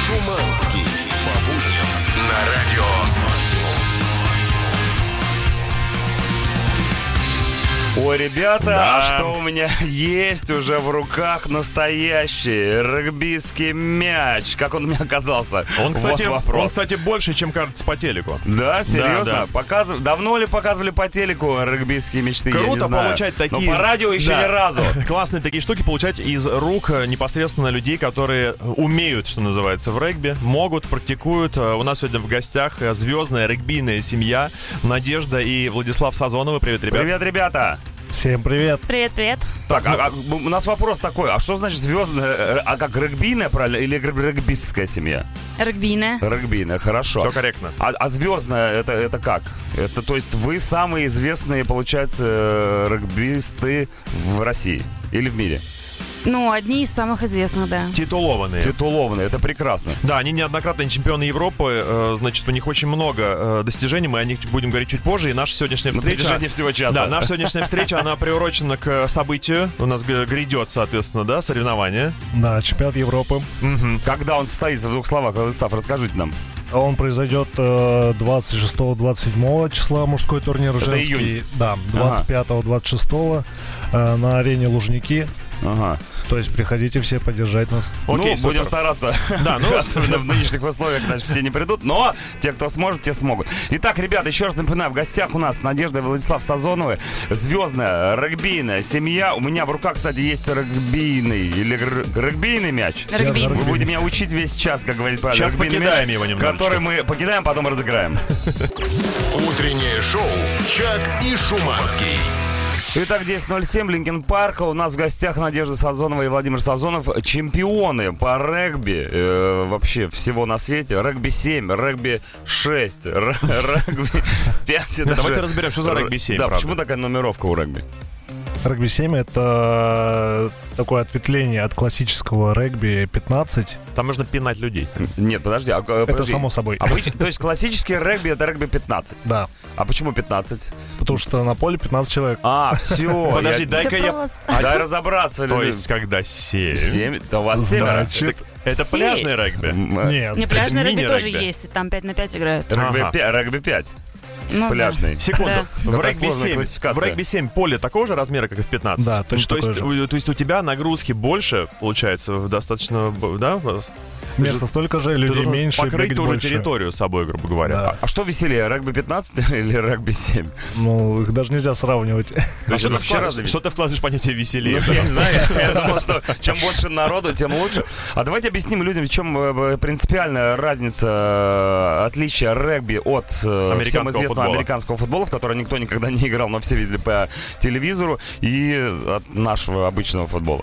Шуманский. По будням на радио Ой, ребята, а что у меня есть уже в руках настоящий регбийский мяч. Как он у меня оказался? Он, вопрос. кстати, больше, чем кажется по телеку. Да, серьезно? Да. Давно ли показывали по телеку регбийские мечты? Круто я не знаю. получать такие... Но по радио еще ни разу. Классные такие штуки получать из рук непосредственно людей, которые умеют, что называется, в регби, могут, практикуют. У нас сегодня в гостях звездная регбийная семья Надежда и Владислав Сазоновы. Привет, ребята. Привет, ребята. Всем привет. Привет. Так, у нас вопрос такой. А что значит звездная? А как регбийная, правильно? Или регбистская семья? Регбийная. Регбийная, хорошо. Все корректно. А звездная это как? Это, то есть вы самые известные, получается, регбисты в России или в мире? Ну, одни из самых известных, да. Титулованные. Титулованные, это прекрасно. Да, они неоднократные чемпионы Европы, значит, у них очень много достижений, мы о них будем говорить чуть позже, и наша сегодняшняя встреча... На протяжении всего часа. Да, наша сегодняшняя встреча, она приурочена к событию, у нас грядет, соответственно, да, соревнования. Да, чемпионат Европы. Угу. Когда он состоится, в двух словах, Владислав, расскажите нам. Он произойдет 26-27 числа, мужской турнир, это женский. Июнь. Да, 25-26 на арене Лужники. Ага. То есть приходите все поддержать нас. Окей, супер. будем стараться. Да, ну особенно в нынешних условиях, значит, все не придут, но те, кто сможет, те смогут. Итак, ребята, еще раз напоминаю, в гостях у нас Надежда и Владислав Сазоновы, звездная регбийная семья. У меня в руках, кстати, есть регбийный или регбийный мяч. Регбийный. Вы будете меня учить весь час, как говорит правильно. Сейчас покидаем его немножечко. Который мы покидаем, потом разыграем. Утреннее шоу «Чак и Шуманский». Итак, 10:07, Линкин Парк. У нас в гостях Надежда Сазонова и Владимир Сазонов. Чемпионы по регби вообще всего на свете. Регби 7, регби 6, регби 5. Давайте разберем, что за регби 7, Да, правда. почему такая нумеровка у регби? Регби 7 — это такое ответвление от классического регби 15. Там можно пинать людей. Нет, подожди. Это само собой. То есть классический регби — это регби 15? Да, А почему 15? потому что на поле 15 человек. А, все. Подожди, дай-ка Всё я... просто. Дай разобраться. То есть, когда 7... 7? Да у вас 7. Значит, Это пляжный регби? нет. Не, пляжный регби тоже Мини-регби. есть, там 5-5 играют. Регби 5. Ну, Пляжный. Секунду. Да. В Какая регби сложная 7, классификация. в регби 7 поле такого же размера, как и в 15? Да, точно то есть, такое то есть у тебя нагрузки больше, получается, достаточно, да? Места столько же, Ты людей должен меньше, покрыть бегать ту же больше. территорию собой, грубо говоря. Да. А что веселее, регби 15 или регби 7? Ну, их даже нельзя сравнивать. То есть это это вообще разные что ты вкладываешь в понятие веселее? Я не знаю, я думал, что чем больше народу, тем лучше. А давайте объясним людям, в чем принципиальная разница, отличие регби от всем Американского известного футбола. американского футбола, в который никто никогда не играл, но все видели по телевизору, и от нашего обычного футбола.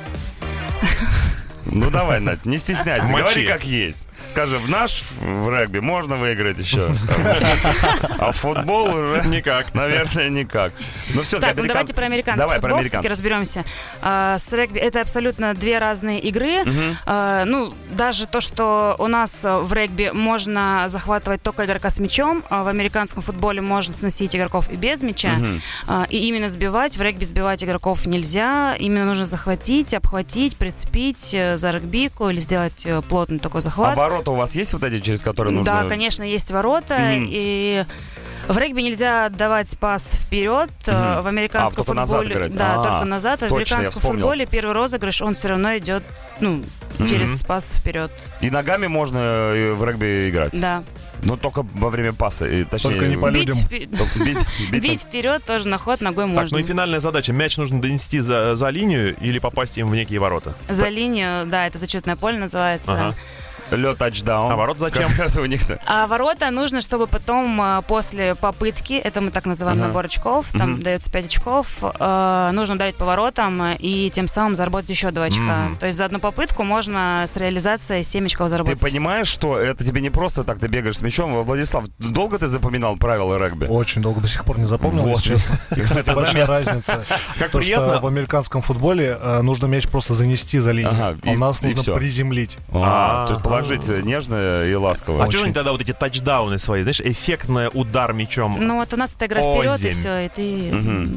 Ну давай, Надь, не стесняйся, Мочи. говори как есть. Скажи, в наш в регби можно выиграть еще, а в футбол уже Никак. наверное, никак. Ну все, Так, ну давайте про американский Давай, футбол про все-таки американский. разберемся. С регби это абсолютно две разные игры. Ну, даже то, что у нас в регби можно захватывать только игрока с мячом, а в американском футболе можно сносить игроков и без мяча. И именно сбивать, в регби сбивать игроков нельзя. Именно нужно захватить, обхватить, прицепить за регбийку или сделать плотный такой А захват. ворота у вас есть вот эти, через которые нужно? Да, конечно, есть ворота. И в регби нельзя отдавать пас вперед. В американском только назад футболе... играть. Да, только назад. В точно, я американском вспомнил. футболе первый розыгрыш, он все равно идет через пас вперед. И ногами можно в регби играть? Да. Но только во время паса. Точнее, Только не по Бить, людям. бить вперед тоже на ход ногой Так, можно. ну и финальная задача. Мяч нужно донести за линию или попасть им в некие ворота? За линию, да, это зачетное поле называется. Ага. Лед тачдаун. А ворот зачем? Как раз у них-то. А ворота нужно, чтобы потом после попытки, это мы так называем набор очков, там дается 5 очков, нужно ударить по воротам и тем самым заработать еще 2 очка. То есть за одну попытку можно с реализацией 7 очков Ты заработать. понимаешь, что это тебе не просто так ты бегаешь с мячом? Владислав, долго ты запоминал правила регби? Очень долго, до сих пор не запомнил, Вот. если честно. И, кстати, большая разница. Как То, приятно. что в американском футболе нужно мяч просто занести за линию, Ага, а у нас и нужно всё. приземлить. То есть положить нежно и ласково. А что же они тогда вот эти тачдауны свои, знаешь, эффектный удар мячом? Ну вот у нас это игра Озимь. вперед, и все, и ты...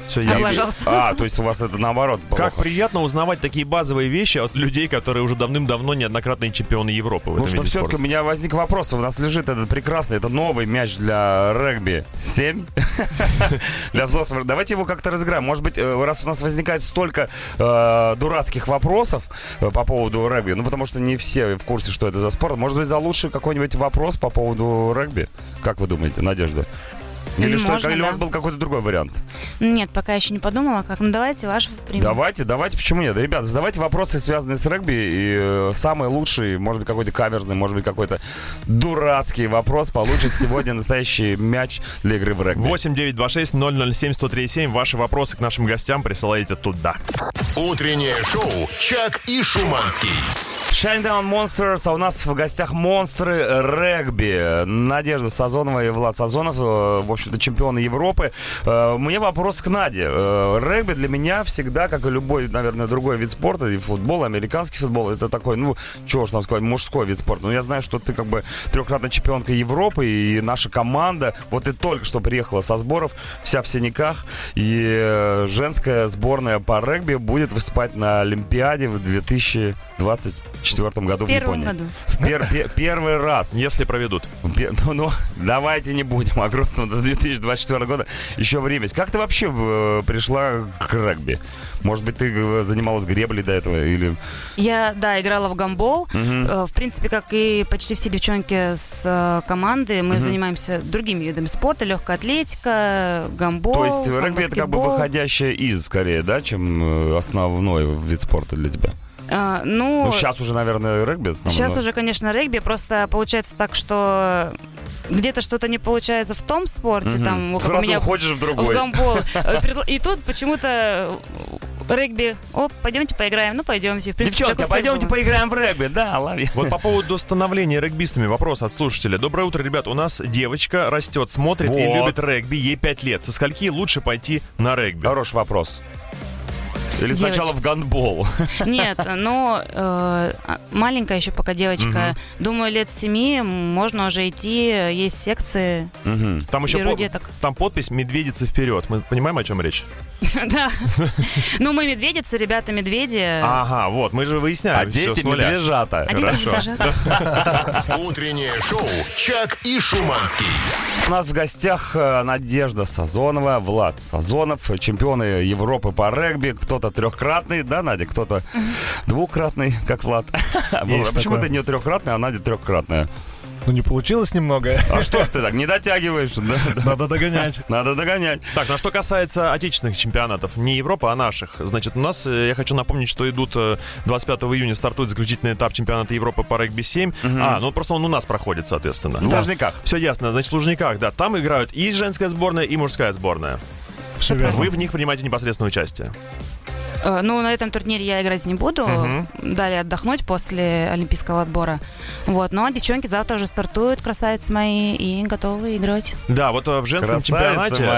Все ясно. Облажался. То есть у вас это наоборот Как плохо. приятно узнавать такие базовые вещи от людей, которые уже давным-давно неоднократные чемпионы Европы в этом Потому что виде все-таки спорта. у меня возник вопрос. У нас лежит этот прекрасный, это новый мяч для регби 7. Для взрослых. Давайте его как-то разыграем. Может быть, раз у нас возникает столько дурацких вопросов по поводу регби, ну потому что не все в курсе, что это за спорт, может быть, за лучший какой-нибудь вопрос по поводу регби? Как вы думаете, Надежда? Или Можно, или у вас да. был какой-то другой вариант? Нет, пока еще не подумала, как. Ну, давайте ваш пример. Давайте, почему нет? Ребята, задавайте вопросы, связанные с регби, и самый лучший, может быть, какой-то каверзный, может быть, какой-то дурацкий вопрос получит сегодня настоящий мяч для игры в регби. 8-926-007-1037. Ваши вопросы к нашим гостям присылайте туда. Утреннее шоу «Чак и Шуманский». Shinedown Monsters, а у нас в гостях монстры регби. Надежда Сазонова и Влад Сазонов, в общем-то, чемпионы Европы. У меня вопрос к Наде. Регби для меня всегда, как и любой, наверное, другой вид спорта, и футбол, американский футбол, это такой, ну, чего уж там сказать, мужской вид спорта. Но я знаю, что ты как бы трехкратная чемпионка Европы, и наша команда, вот ты только что приехала со сборов, вся в синяках, и женская сборная по регби будет выступать на Олимпиаде в 2024 году в Первом Японии. году. Первый раз. Если проведут. Ну, давайте не будем о грустном до 2024 года. Еще время есть. Как ты вообще пришла к регби? Может быть, ты занималась греблей до этого? Или... Я, играла в гандбол. В принципе, как и почти все девчонки с команды, мы занимаемся другими видами спорта. Легкая атлетика, гандбол, То есть регби это как бы баскетбол. выходящее из, скорее, да, чем основной вид спорта для тебя? Ну, сейчас уже, наверное, регби основной. Сейчас уже, конечно, регби. Просто получается так, что где-то что-то не получается в том спорте, там, как Сразу у меня уходишь в в другой. гандбол. И тут почему-то регби. Пойдемте поиграем. Ну, пойдемте. В принципе, Девчонки, так у всех пойдемте было. поиграем в регби. Да, лови. Вот по поводу становления регбистами вопрос от слушателя. Доброе утро, ребят. У нас девочка растет, смотрит и Вот. любит регби. Ей 5 лет. Со скольки лучше пойти на регби? Хороший вопрос. Или Девочка. сначала в гандбол? Нет, но маленькая еще пока девочка. Думаю, лет 7 можно уже идти. Есть секции. Там еще Беру деток. там подпись «Медведицы вперед». Мы понимаем, о чем речь? Да. Ну, мы медведицы, ребята медведи. Ага, вот, мы же выясняем. А всё дети с нуля. медвежата. А дети медвежата. Утреннее шоу «Чак и Шуманский». У нас в гостях Надежда Сазонова, Влад Сазонов, чемпионы Европы по регби. Кто-то трехкратный, да, Надя? Кто-то двукратный, как Влад. Есть Почему такое. ты не трехкратная, а Надя трехкратная? Ну, не получилось немного. А что ты так, не дотягиваешь? Да? Надо догонять. Надо догонять. Так, ну что касается отечественных чемпионатов, не Европы, а наших. Значит, у нас, я хочу напомнить, что идут 25 июня стартует заключительный этап чемпионата Европы по регби 7. Ну просто он у нас проходит, соответственно. В Лужниках. Все ясно. Значит, в Лужниках, да. Там играют и женская сборная, и мужская сборная. Все верно. Вы в них принимаете непосредственное участие. Ну, на этом турнире я играть не буду. Далее отдохнуть после олимпийского отбора. Вот. Но девчонки завтра уже стартуют, красавицы мои, и готовы играть. Да, вот в женском Красавицы чемпионате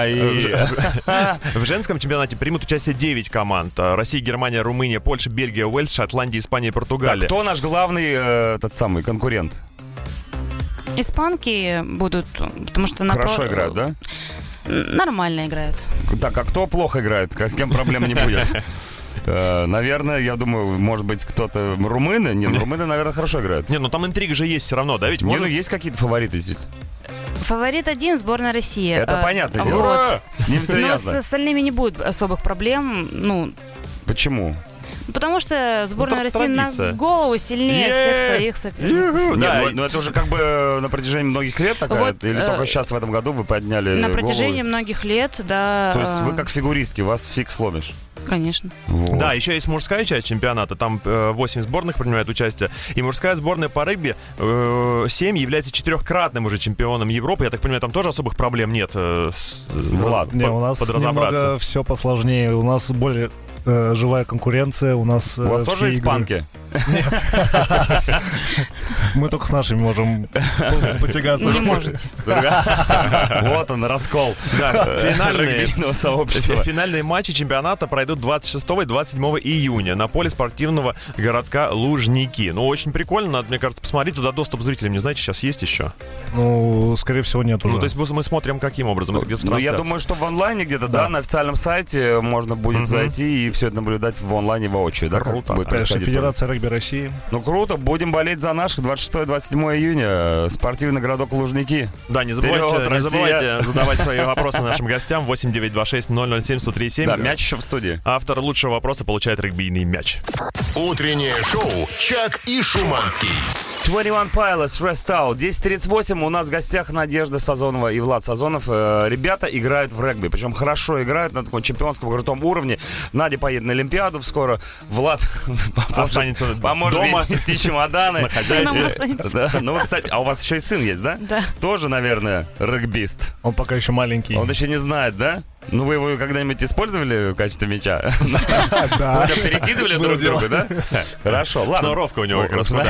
мои. в женском чемпионате примут участие 9 команд. Россия, Германия, Румыния, Польша, Бельгия, Уэльс, Шотландия, Испания и Так, Португалия. кто наш главный, этот самый, конкурент? Испанки будут, потому что... Хорошо играют, да? Нормально играют. Так, а кто плохо играет? С кем проблем не будет? Наверное, я думаю, может быть, кто-то... Румыны? Нет, румыны, наверное, хорошо играют. Не, ну там интрига же есть все равно, да? Ведь Не, ну можно... есть какие-то фавориты здесь? Фаворит один — сборная России. Это понятно. дело. Вот. С ним все Но с ясно. остальными не будет особых проблем. Ну, Почему? потому что сборная Ну, России традиция. на голову сильнее всех своих соперников. Да, Да, но это уже как бы на протяжении многих лет такая? Вот, Или только сейчас в этом году вы подняли На голову? протяжении многих лет, да. То есть вы как фигуристки, вас фиг сломишь. Конечно. Вот. Да, еще есть мужская часть чемпионата, там 8 сборных принимают участие. И мужская сборная по регби 7 является 4-кратным уже чемпионом Европы. Я так понимаю, там тоже особых проблем нет. Влад, Не, у нас подразобраться. немного все посложнее. У нас более живая конкуренция. У нас У вас все тоже игры- испанки? Мы только с нашими можем потягаться. Не можете. Вот он, раскол регбийного сообщества. Финальные матчи чемпионата пройдут 26 и 27 июня на поле спортивного городка Лужники. Ну, очень прикольно, надо, мне кажется, посмотреть. Туда доступ зрителям, не знаете, сейчас есть еще? Ну, скорее всего, нет уже. Ну, то есть мы смотрим каким образом? Это где-то в Ну, я трансляции. думаю, что в онлайне где-то, да, на официальном сайте можно будет зайти и все это наблюдать в онлайне воочию, да? Круто. Как будет Конечно, происходить. Федерация регби России. Ну, круто, будем болеть за наших 26-27 июня. Спортивный городок Лужники. Да, не Вперед, забывайте Россия! задавать свои вопросы нашим гостям. 8926-007-1037. Да, мяч еще в студии. Автор лучшего вопроса получает регбийный мяч. Утреннее шоу «Чак и Шуманский». 21 Pilots, Rest Out. 10:38. У нас в гостях Надежда Сазонова и Влад Сазонов. Ребята играют в регби. Причем хорошо играют на таком чемпионском крутом уровне. Надя поедет на Олимпиаду скоро. Влад Останется поможет дома. нести чемоданы. Нам останется. Да. Ну, кстати, а у вас еще и сын есть, да? Да. Тоже, наверное, регбист. Он пока еще маленький. Он еще не знает, да? Ну, вы его когда-нибудь использовали в качестве мяча? Да. Вы перекидывали Было друг дело. друга, да? Хорошо, ладно. Сноровка у него как раз.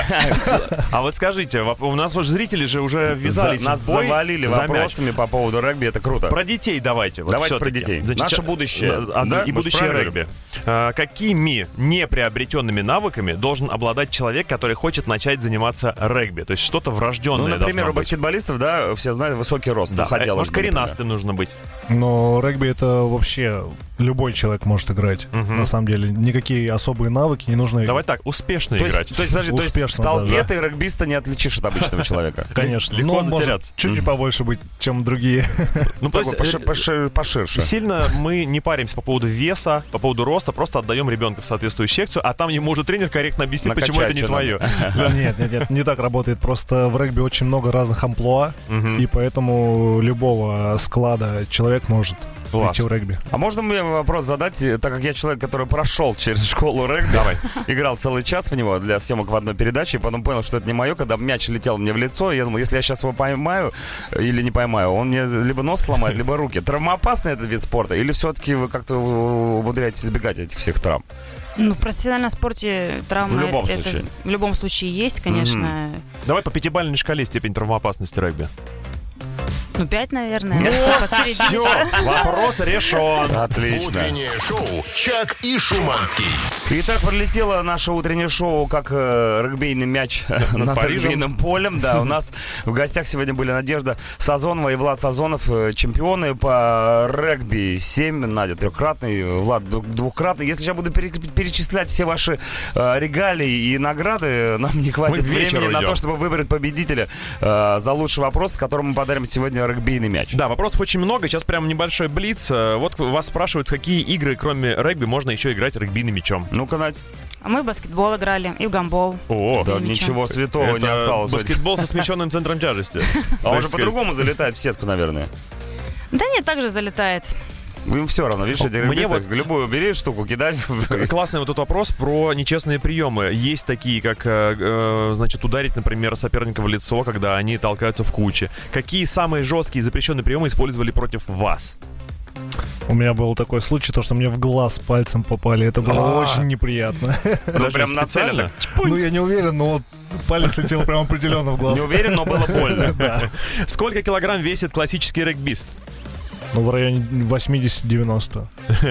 А вот скажите, у нас уже зрители же уже ввязались Нас в бой завалили за мяч. вопросами по поводу регби, это круто. Про детей давайте. Вот Давайте всё-таки. про детей. Значит, Наше будущее. Да, Да? и Мы же будущее правильно регби. Какими неприобретенными навыками должен обладать человек, который хочет начать заниматься регби? То есть что-то врожденное Ну, например, должно у быть. баскетболистов, да, все знают высокий рост. Да, хотелось может, бы, например. коренастым нужно быть. Но регби это вообще любой человек может играть. На самом деле. Никакие особые навыки не нужны. Давай так, успешно То играть. есть, подожди, то есть в Успешно толпе даже. ты регбиста не отличишь от обычного человека. Конечно. Легко Но он может затеряться. чуть-чуть побольше быть, чем другие. Ну, то есть, Поширше. сильно мы не паримся по поводу веса, по поводу роста, просто отдаем ребенка в соответствующую секцию, а там ему уже тренер корректно объяснит, Накачать почему это не что твое. Нет, не так работает. Просто в регби очень много разных амплуа, и поэтому любого склада человек может Класс. идти в регби. А можно мне вопрос задать, так как я человек, который прошел через школу регби, играл целый час в него для съемок в одной передаче, и потом понял, что это не мое, когда мяч летел мне в лицо, я думал, если я сейчас его поймаю или не поймаю, он мне либо нос сломает, либо руки. Травмоопасный этот вид спорта, или все-таки вы как-то умудряетесь избегать этих всех травм? Ну, в профессиональном спорте травмы... В любом это случае. В любом случае есть, конечно. Давай по пятибалльной шкале степень травмоопасности регби. Ну, 5, наверное. Посередине. Все, вопрос решен. Отлично. Утреннее шоу «Чак и Шуманский». Итак, пролетело наше утреннее шоу как регбийный мяч над Парижем. регбийным полем. Да, у нас в гостях сегодня были Надежда Сазонова и Влад Сазонов, чемпионы по регби 7. Надя трехкратный, Влад двухкратный. Если я буду перечислять все ваши регалии и награды, нам не хватит Мы к вечеру времени на идем. то, чтобы выбрать победителя за лучший вопрос, которому мы подарим сегодня регбийный мяч. Да, вопросов очень много. Сейчас прям небольшой блиц. Вот вас спрашивают, в какие игры, кроме регби, можно еще играть регбийным мячом. Ну-ка, Надь. А мы в баскетбол играли и в гамбол. О, Да, мячом. ничего святого не это осталось. баскетбол со смещенным центром тяжести. А он же по-другому залетает в сетку, наверное. Да нет, также залетает. Им все равно, видишь, эти Мне регбисты, вот- любую бери штуку, кидай. Классный вот тут вопрос про нечестные приемы. Есть такие, как, значит, ударить, например, соперника в лицо, когда они толкаются в куче. Какие самые жесткие запрещенные приемы использовали против вас? У меня был такой случай, то, что мне в глаз пальцем попали. Это было очень неприятно. Ну, Даже прям специально? нацелено. Ну, я не уверен, но вот палец летел прям определенно в глаз. Не уверен, но было больно. Сколько килограмм весит классический регбист? Ну, в районе 80-90.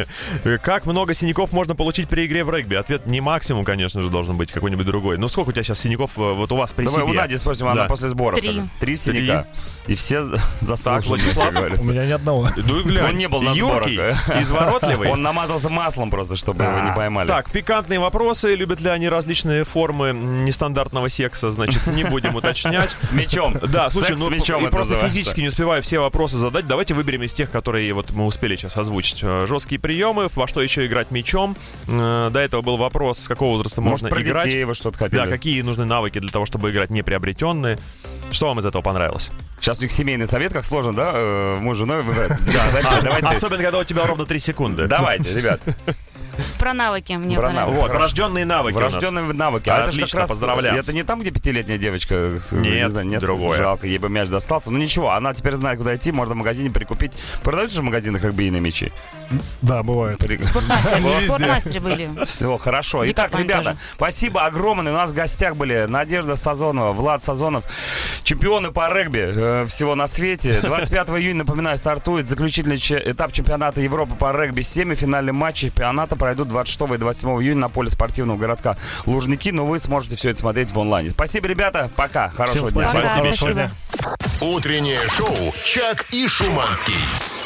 Как много синяков можно получить при игре в регби? Ответ не максимум, конечно же, должен быть какой-нибудь другой. Ну, сколько у тебя сейчас синяков вот у вас при Давай себе? у Нади спросим, Да. она после сбора. 3. скажет. 3 синяка. И все заслуженные, Владислав? как говорится. У меня ни одного. Ну, глянь, Он не был на сборах. юркий, изворотливый. Он намазался маслом просто, чтобы его не поймали. Так, пикантные вопросы. Любят ли они различные формы нестандартного секса? Значит, не будем уточнять. С мячом. Да, слушай, Секс ну с мячом и это просто называется. физически не успеваю все вопросы задать. Давайте выберем из тех, которые вот мы успели сейчас озвучить. Жесткие приемы, во что еще играть мячом. До этого был вопрос, с какого возраста Может, можно про играть. детей вы что-то хотели? Да, какие нужны навыки для того, чтобы играть неприобретенные. Что вам из этого понравилось? Сейчас у них семейный совет, как сложно, да? Муж с женой выбирать. Давайте. Особенно, когда у тебя ровно 3 секунды. Давайте, ребят. Про навыки мне Про понравилось. навыки. Вот, врожденные навыки у нас. Врожденные навыки. А это же как Отлично, раз... поздравляю. Это не там, где 5-летняя девочка... Нет, нет, другое. Жалко, ей бы мяч достался. Ну ничего, она теперь знает, куда идти. Можно в магазине прикупить. Продаются же в магазинах регбийные мячи? Да, бывает. В спортмастере были. Все, хорошо. Итак, ребята, спасибо огромное. У нас в гостях были Надежда Сазонова, Влад Сазонов, чемпионы по регби всего на свете. 25 июня, напоминаю, стартует заключительный этап чемпионата Европы по регби. Семифинальные матчи чемпионата пройдут 26 и 27 июня на поле спортивного городка Лужники. Но вы сможете все это смотреть в онлайне. Спасибо, ребята. Пока. Хорошего дня. Спасибо. Утреннее шоу «Чак и Шуманский».